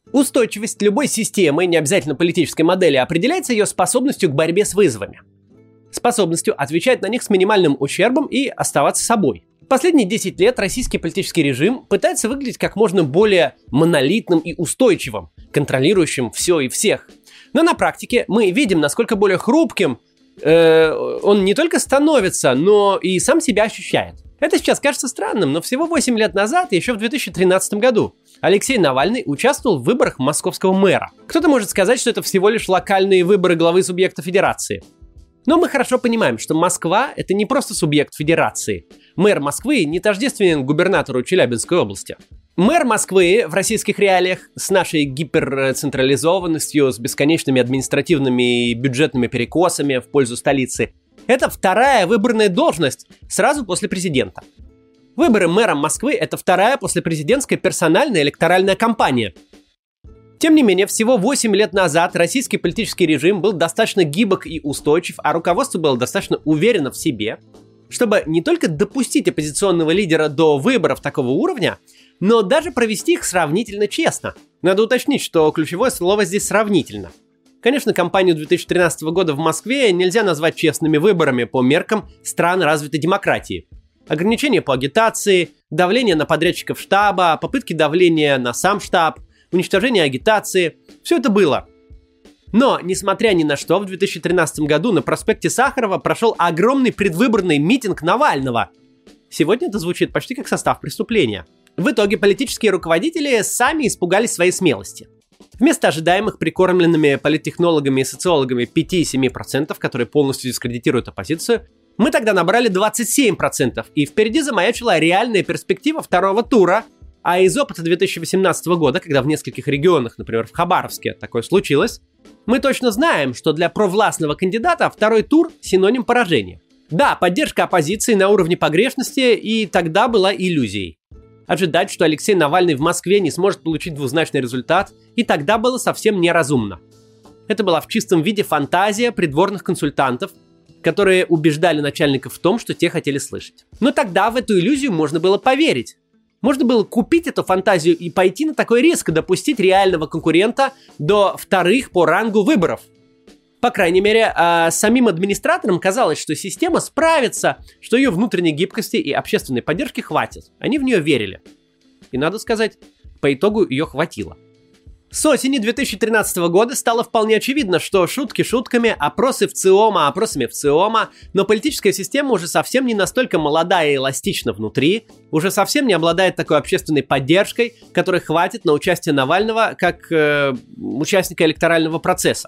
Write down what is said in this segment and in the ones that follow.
Устойчивость любой системы, не обязательно политической модели, определяется ее способностью к борьбе с вызовами. Способностью отвечать на них с минимальным ущербом и оставаться собой. Последние 10 лет российский политический режим пытается выглядеть как можно более монолитным и устойчивым, контролирующим все и всех. Но на практике мы видим, насколько более хрупким он не только становится, но и сам себя ощущает. Это сейчас кажется странным, но всего 8 лет назад, еще в 2013 году, Алексей Навальный участвовал в выборах московского мэра. Кто-то может сказать, что это всего лишь локальные выборы главы субъекта федерации. Но мы хорошо понимаем, что Москва – это не просто субъект федерации. Мэр Москвы не тождественен губернатору Челябинской области. Мэр Москвы в российских реалиях с нашей гиперцентрализованностью, с бесконечными административными и бюджетными перекосами в пользу столицы – это вторая выборная должность сразу после президента. Выборы мэра Москвы – это вторая послепрезидентская персональная электоральная кампания. Тем не менее, всего 8 лет назад российский политический режим был достаточно гибок и устойчив, а руководство было достаточно уверено в себе, чтобы не только допустить оппозиционного лидера до выборов такого уровня, но даже провести их сравнительно честно. Надо уточнить, что ключевое слово здесь «сравнительно». Конечно, кампанию 2013 года в Москве нельзя назвать честными выборами по меркам стран развитой демократии. Ограничения по агитации, давление на подрядчиков штаба, попытки давления на сам штаб, уничтожение агитации – все это было. Но, несмотря ни на что, в 2013 году на проспекте Сахарова прошел огромный предвыборный митинг Навального. Сегодня это звучит почти как состав преступления. В итоге политические руководители сами испугались своей смелости. Вместо ожидаемых прикормленными политтехнологами и социологами 5-7%, которые полностью дискредитируют оппозицию, мы тогда набрали 27%, и впереди замаячила реальная перспектива второго тура. А из опыта 2018 года, когда в нескольких регионах, например, в Хабаровске, такое случилось, мы точно знаем, что для провластного кандидата второй тур – синоним поражения. Да, поддержка оппозиции на уровне погрешности и тогда была иллюзией. Ожидать, что Алексей Навальный в Москве не сможет получить двузначный результат, и тогда было совсем неразумно. Это была в чистом виде фантазия придворных консультантов, которые убеждали начальников в том, что те хотели слышать. Но тогда в эту иллюзию можно было поверить. Можно было купить эту фантазию и пойти на такой риск, допустить реального конкурента до вторых по рангу выборов. По крайней мере, самим администраторам казалось, что система справится, что ее внутренней гибкости и общественной поддержки хватит. Они в нее верили. И надо сказать, по итогу ее хватило. С осени 2013 года стало вполне очевидно, что шутки шутками, опросы опросами в ЦИОМа, но политическая система уже совсем не настолько молодая и эластична внутри, уже совсем не обладает такой общественной поддержкой, которой хватит на участие Навального как участника электорального процесса.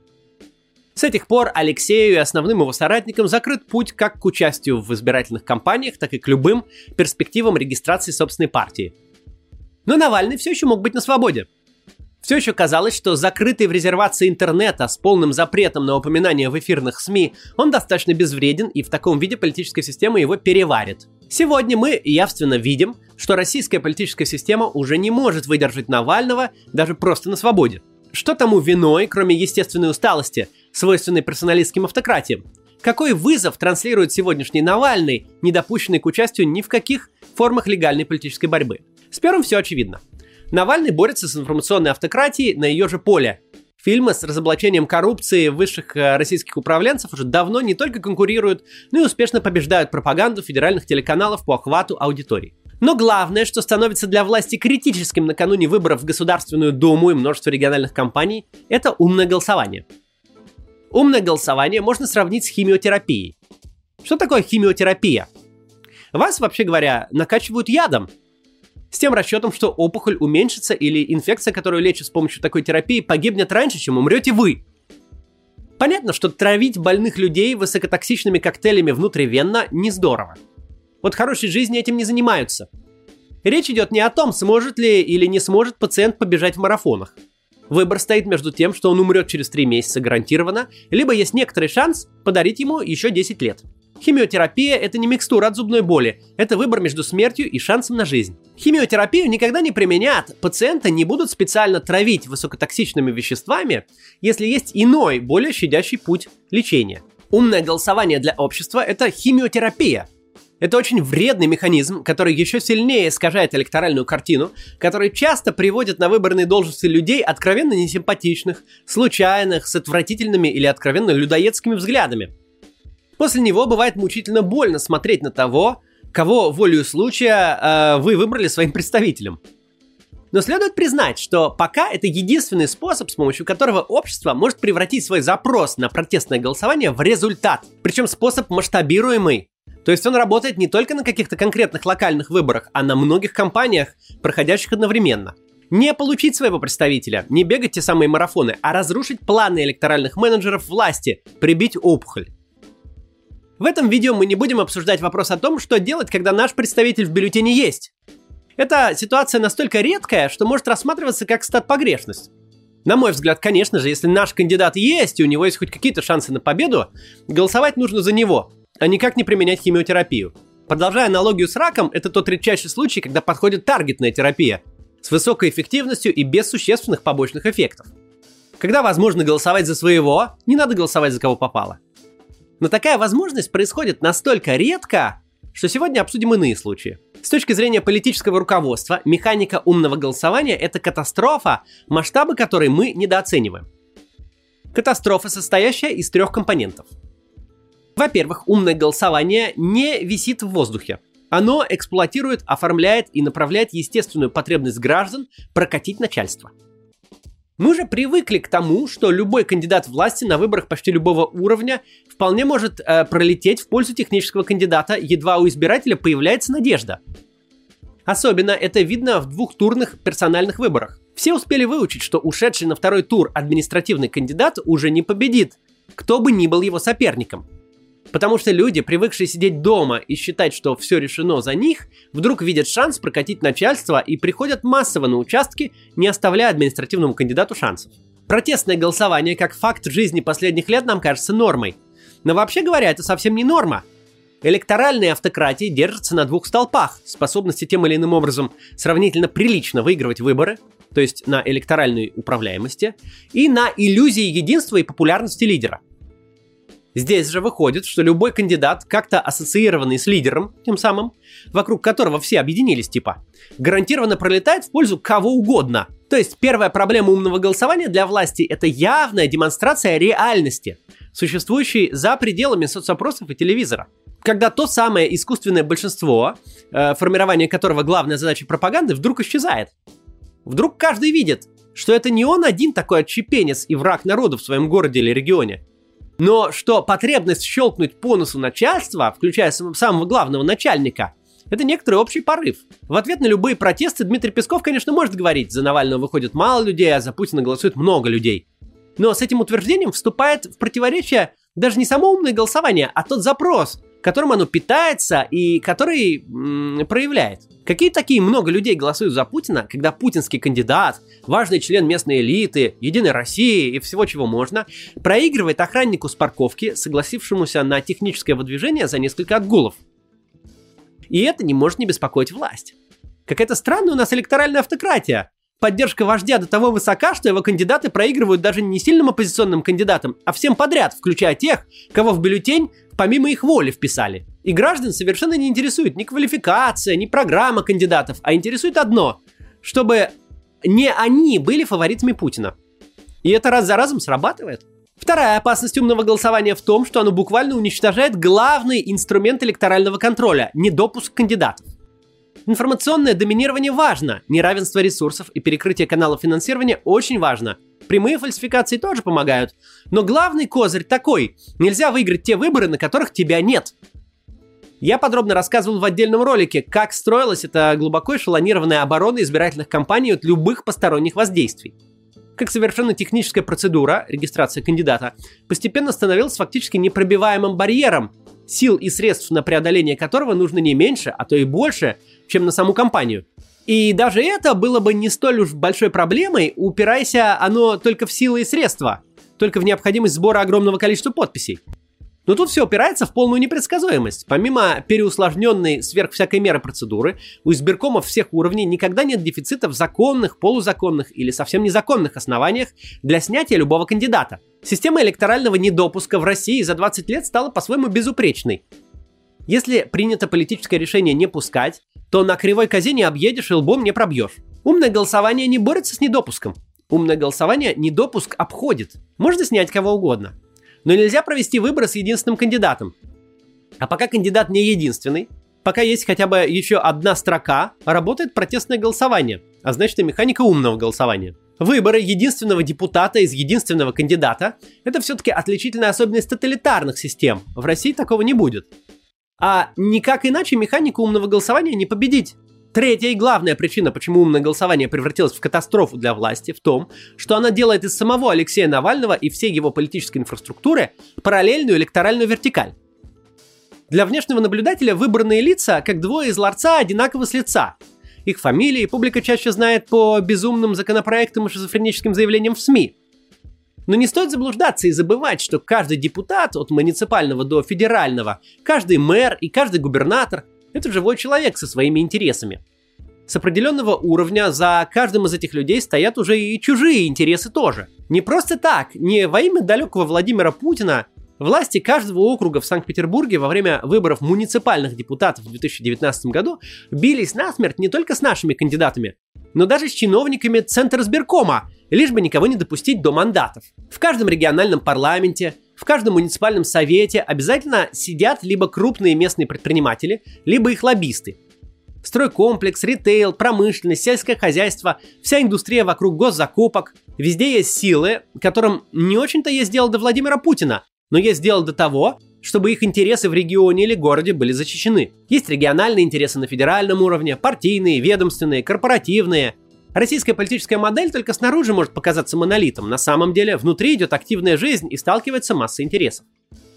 С этих пор Алексею и основным его соратникам закрыт путь как к участию в избирательных кампаниях, так и к любым перспективам регистрации собственной партии. Но Навальный все еще мог быть на свободе. Все еще казалось, что закрытый в резервации интернета с полным запретом на упоминание в эфирных СМИ, он достаточно безвреден, и в таком виде политическая система его переварит. Сегодня мы явственно видим, что российская политическая система уже не может выдержать Навального даже просто на свободе. Что тому виной, кроме естественной усталости, свойственной персоналистским автократиям? Какой вызов транслирует сегодняшний Навальный, не допущенный к участию ни в каких формах легальной политической борьбы? С первым все очевидно. Навальный борется с информационной автократией на ее же поле. Фильмы с разоблачением коррупции высших российских управленцев уже давно не только конкурируют, но и успешно побеждают пропаганду федеральных телеканалов по охвату аудитории. Но главное, что становится для власти критическим накануне выборов в Государственную Думу и множество региональных кампаний, это умное голосование. Умное голосование можно сравнить с химиотерапией. Что такое химиотерапия? Вас, вообще говоря, накачивают ядом. С тем расчетом, что опухоль уменьшится или инфекция, которую лечат с помощью такой терапии, погибнет раньше, чем умрете вы. Понятно, что травить больных людей высокотоксичными коктейлями внутривенно не здорово. Вот хорошей жизни этим не занимаются. Речь идет не о том, сможет ли или не сможет пациент побежать в марафонах. Выбор стоит между тем, что он умрет через 3 месяца гарантированно, либо есть некоторый шанс подарить ему еще 10 лет. Химиотерапия – это не микстура от зубной боли, это выбор между смертью и шансом на жизнь. Химиотерапию никогда не применят, пациента не будут специально травить высокотоксичными веществами, если есть иной, более щадящий путь лечения. Умное голосование для общества – это химиотерапия. Это очень вредный механизм, который еще сильнее искажает электоральную картину, который часто приводит на выборные должности людей откровенно несимпатичных, случайных, с отвратительными или откровенно людоедскими взглядами. После него бывает мучительно больно смотреть на того, кого волею случая вы выбрали своим представителем. Но следует признать, что пока это единственный способ, с помощью которого общество может превратить свой запрос на протестное голосование в результат. Причем способ масштабируемый. То есть он работает не только на каких-то конкретных локальных выборах, а на многих кампаниях, проходящих одновременно. Не получить своего представителя, не бегать те самые марафоны, а разрушить планы электоральных менеджеров власти, прибить опухоль. В этом видео мы не будем обсуждать вопрос о том, что делать, когда наш представитель в бюллетене есть. Эта ситуация настолько редкая, что может рассматриваться как статпогрешность. На мой взгляд, конечно же, если наш кандидат есть, и у него есть хоть какие-то шансы на победу, голосовать нужно за него, а никак не применять химиотерапию. Продолжая аналогию с раком, это тот редчайший случай, когда подходит таргетная терапия с высокой эффективностью и без существенных побочных эффектов. Когда возможно голосовать за своего, не надо голосовать за кого попало. Но такая возможность происходит настолько редко, что сегодня обсудим иные случаи. С точки зрения политического руководства, механика умного голосования – это катастрофа, масштабы которой мы недооцениваем. Катастрофа, состоящая из 3 компонентов. Во-первых, умное голосование не висит в воздухе. Оно эксплуатирует, оформляет и направляет естественную потребность граждан прокатить начальство. Мы уже привыкли к тому, что любой кандидат власти на выборах почти любого уровня вполне может пролететь в пользу технического кандидата, едва у избирателя появляется надежда. Особенно это видно в двухтурных персональных выборах. Все успели выучить, что ушедший на второй тур административный кандидат уже не победит, кто бы ни был его соперником. Потому что люди, привыкшие сидеть дома и считать, что все решено за них, вдруг видят шанс прокатить начальство и приходят массово на участки, не оставляя административному кандидату шансов. Протестное голосование как факт жизни последних лет нам кажется нормой. Но вообще говоря, это совсем не норма. Электоральные автократии держатся на 2 столпах: способности тем или иным образом сравнительно прилично выигрывать выборы, то есть на электоральной управляемости, и на иллюзии единства и популярности лидера. Здесь же выходит, что любой кандидат, как-то ассоциированный с лидером, тем самым, вокруг которого все объединились гарантированно пролетает в пользу кого угодно. То есть первая проблема умного голосования для власти – это явная демонстрация реальности, существующей за пределами соцопросов и телевизора. Когда то самое искусственное большинство, формирование которого главная задача пропаганды, вдруг исчезает. Вдруг каждый видит, что это не он один такой отщепенец и враг народу в своем городе или регионе, но что потребность щелкнуть по носу начальства, включая самого главного начальника, это некоторый общий порыв. В ответ на любые протесты Дмитрий Песков, конечно, может говорить: за Навального выходит мало людей, а за Путина голосует много людей. Но с этим утверждением вступает в противоречие даже не само умное голосование, а тот запрос, которым оно питается и который проявляет. Какие такие много людей голосуют за Путина, когда путинский кандидат, важный член местной элиты, Единой России и всего чего можно, проигрывает охраннику с парковки, согласившемуся на техническое выдвижение за несколько отгулов? И это не может не беспокоить власть. Какая-то странная у нас электоральная автократия. Поддержка вождя до того высока, что его кандидаты проигрывают даже не сильным оппозиционным кандидатам, а всем подряд, включая тех, кого в бюллетень помимо их воли вписали. И граждан совершенно не интересует ни квалификация, ни программа кандидатов, а интересует одно – чтобы не они были фаворитами Путина. И это раз за разом срабатывает. Вторая опасность умного голосования в том, что оно буквально уничтожает главный инструмент электорального контроля – недопуск кандидатов. Информационное доминирование важно, неравенство ресурсов и перекрытие каналов финансирования очень важно. Прямые фальсификации тоже помогают. Но главный козырь такой: нельзя выиграть те выборы, на которых тебя нет. Я подробно рассказывал в отдельном ролике, как строилась эта глубоко эшелонированная оборона избирательных кампаний от любых посторонних воздействий. Как совершенно техническая процедура, регистрация кандидата, постепенно становилась фактически непробиваемым барьером, сил и средств на преодоление которого нужно не меньше, а то и больше, чем на саму кампанию. И даже это было бы не столь уж большой проблемой, упираясь оно только в силы и средства, только в необходимость сбора огромного количества подписей. Но тут все упирается в полную непредсказуемость. Помимо переусложненной сверх всякой меры процедуры, у избиркомов всех уровней никогда нет дефицита в законных, полузаконных или совсем незаконных основаниях для снятия любого кандидата. Система электорального недопуска в России за 20 лет стала по-своему безупречной. Если принято политическое решение не пускать, то на кривой козе не объедешь и лбом не пробьешь. Умное голосование не борется с недопуском. Умное голосование недопуск обходит. Можно снять кого угодно. Но нельзя провести выборы с единственным кандидатом. А пока кандидат не единственный, пока есть хотя бы еще одна строка, работает протестное голосование, а значит и механика умного голосования. Выборы единственного депутата из единственного кандидата – это все-таки отличительная особенность тоталитарных систем. В России такого не будет. А никак иначе механику умного голосования не победить. Третья и главная причина, почему умное голосование превратилось в катастрофу для власти, в том, что она делает из самого Алексея Навального и всей его политической инфраструктуры параллельную электоральную вертикаль. Для внешнего наблюдателя выбранные лица, как двое из ларца, одинаковы с лица. Их фамилии публика чаще знает по безумным законопроектам и шизофреническим заявлениям в СМИ. Но не стоит заблуждаться и забывать, что каждый депутат, от муниципального до федерального, каждый мэр и каждый губернатор – это живой человек со своими интересами. С определенного уровня за каждым из этих людей стоят уже и чужие интересы тоже. Не просто так, не во имя далекого Владимира Путина власти каждого округа в Санкт-Петербурге во время выборов муниципальных депутатов в 2019 году бились насмерть не только с нашими кандидатами, но даже с чиновниками Центризбиркома, лишь бы никого не допустить до мандатов. В каждом региональном парламенте, в каждом муниципальном совете обязательно сидят либо крупные местные предприниматели, либо их лоббисты. Стройкомплекс, ритейл, промышленность, сельское хозяйство, вся индустрия вокруг госзакупок. Везде есть силы, которым не очень-то есть дело до Владимира Путина, но есть дело до того, чтобы их интересы в регионе или городе были защищены. Есть региональные интересы на федеральном уровне, партийные, ведомственные, корпоративные. Российская политическая модель только снаружи может показаться монолитом. На самом деле, внутри идет активная жизнь и сталкивается масса интересов.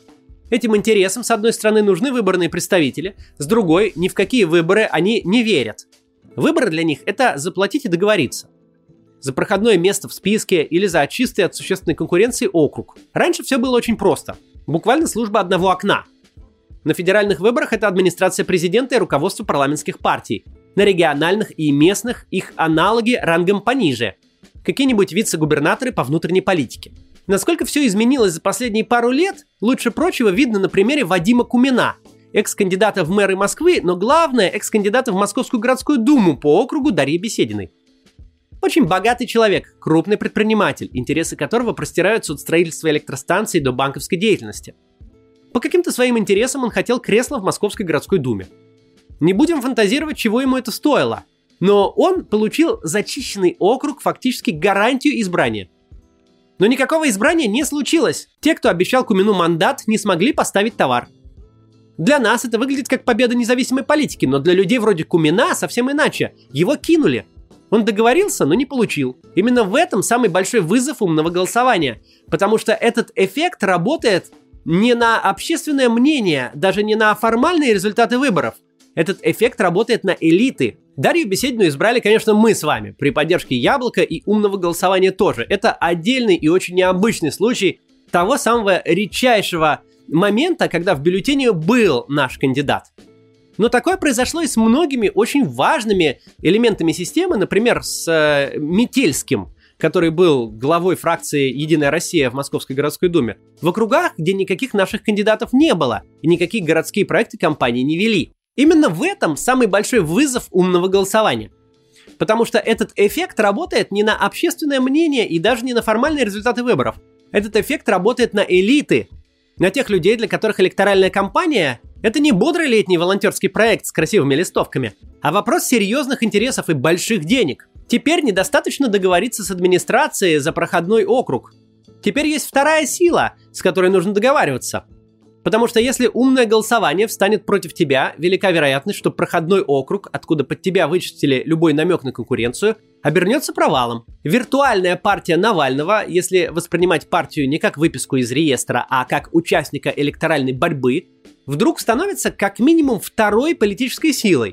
Этим интересам, с одной стороны, нужны выборные представители, с другой, ни в какие выборы они не верят. Выборы для них – это заплатить и договориться. За проходное место в списке или за чистый от существенной конкуренции округ. Раньше все было очень просто. Буквально служба одного окна. На федеральных выборах это администрация президента и руководство парламентских партий. На региональных и местных их аналоги рангом пониже. Какие-нибудь вице-губернаторы по внутренней политике. Насколько все изменилось за последние пару лет, лучше прочего видно на примере Вадима Кумина, экс-кандидата в мэры Москвы, но главное, экс-кандидата в Московскую городскую думу по округу Дарьи Бесединой. Очень богатый человек, крупный предприниматель, интересы которого простираются от строительства электростанций до банковской деятельности. По каким-то своим интересам он хотел кресло в Московской городской думе. Не будем фантазировать, чего ему это стоило, но он получил зачищенный округ, фактически гарантию избрания. Но никакого избрания не случилось. Те, кто обещал Кумину мандат, не смогли поставить товар. Для нас это выглядит как победа независимой политики, но для людей вроде Кумина совсем иначе. Его кинули. Он договорился, но не получил. Именно в этом самый большой вызов умного голосования. Потому что этот эффект работает не на общественное мнение, даже не на формальные результаты выборов. Этот эффект работает на элиты. Дарью Беседину избрали, конечно, мы с вами, при поддержке Яблока и умного голосования тоже. Это отдельный и очень необычный случай того самого редчайшего момента, когда в бюллетене был наш кандидат. Но такое произошло и с многими очень важными элементами системы, например, с Метельским, который был главой фракции «Единая Россия» в Московской городской думе, в округах, где никаких наших кандидатов не было и никакие городские проекты компании не вели. Именно в этом самый большой вызов умного голосования. Потому что этот эффект работает не на общественное мнение и даже не на формальные результаты выборов. Этот эффект работает на элиты, на тех людей, для которых электоральная кампания – это не бодрый летний волонтерский проект с красивыми листовками, а вопрос серьезных интересов и больших денег. Теперь недостаточно договориться с администрацией за проходной округ. Теперь есть вторая сила, с которой нужно договариваться. Потому что если умное голосование встанет против тебя, велика вероятность, что проходной округ, откуда под тебя вычистили любой намек на конкуренцию, обернется провалом. Виртуальная партия Навального, если воспринимать партию не как выписку из реестра, а как участника электоральной борьбы, вдруг становится как минимум второй политической силой.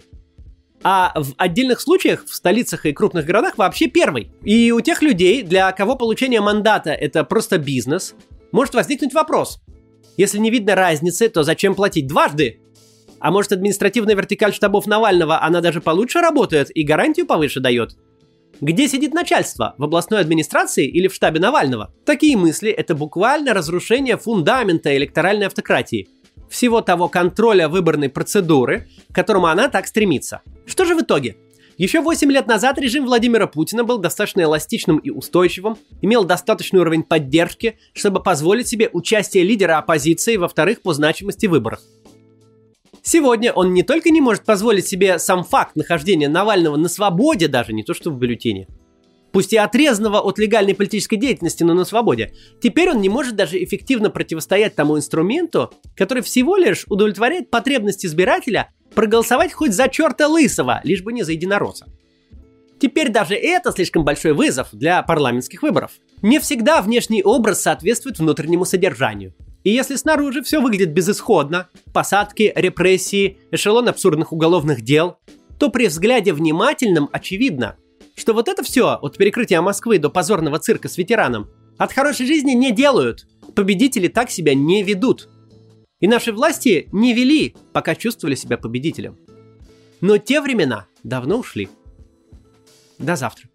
А в отдельных случаях, в столицах и крупных городах, вообще первой. И у тех людей, для кого получение мандата – это просто бизнес, может возникнуть вопрос. Если не видно разницы, то зачем платить дважды? А может, административная вертикаль штабов Навального, она даже получше работает и гарантию повыше дает? Где сидит начальство? В областной администрации или в штабе Навального? Такие мысли – это буквально разрушение фундамента электоральной автократии. всего того контроля выборной процедуры, к которому она так стремится. Что же в итоге? Еще 8 лет назад режим Владимира Путина был достаточно эластичным и устойчивым, имел достаточный уровень поддержки, чтобы позволить себе участие лидера оппозиции во вторых по значимости выборах. Сегодня он не только не может позволить себе сам факт нахождения Навального на свободе, даже не то что в бюллетене, пусть и отрезанного от легальной политической деятельности, но на свободе, теперь он не может даже эффективно противостоять тому инструменту, который всего лишь удовлетворяет потребность избирателя проголосовать хоть за черта лысого, лишь бы не за единоросса. Теперь даже это слишком большой вызов для парламентских выборов. Не всегда внешний образ соответствует внутреннему содержанию. И если снаружи все выглядит безысходно, посадки, репрессии, эшелон абсурдных уголовных дел, то при взгляде внимательном очевидно, что вот это все, от перекрытия Москвы до позорного цирка с ветераном, от хорошей жизни не делают. Победители так себя не ведут. И наши власти не вели, пока чувствовали себя победителем. Но те времена давно ушли. До завтра.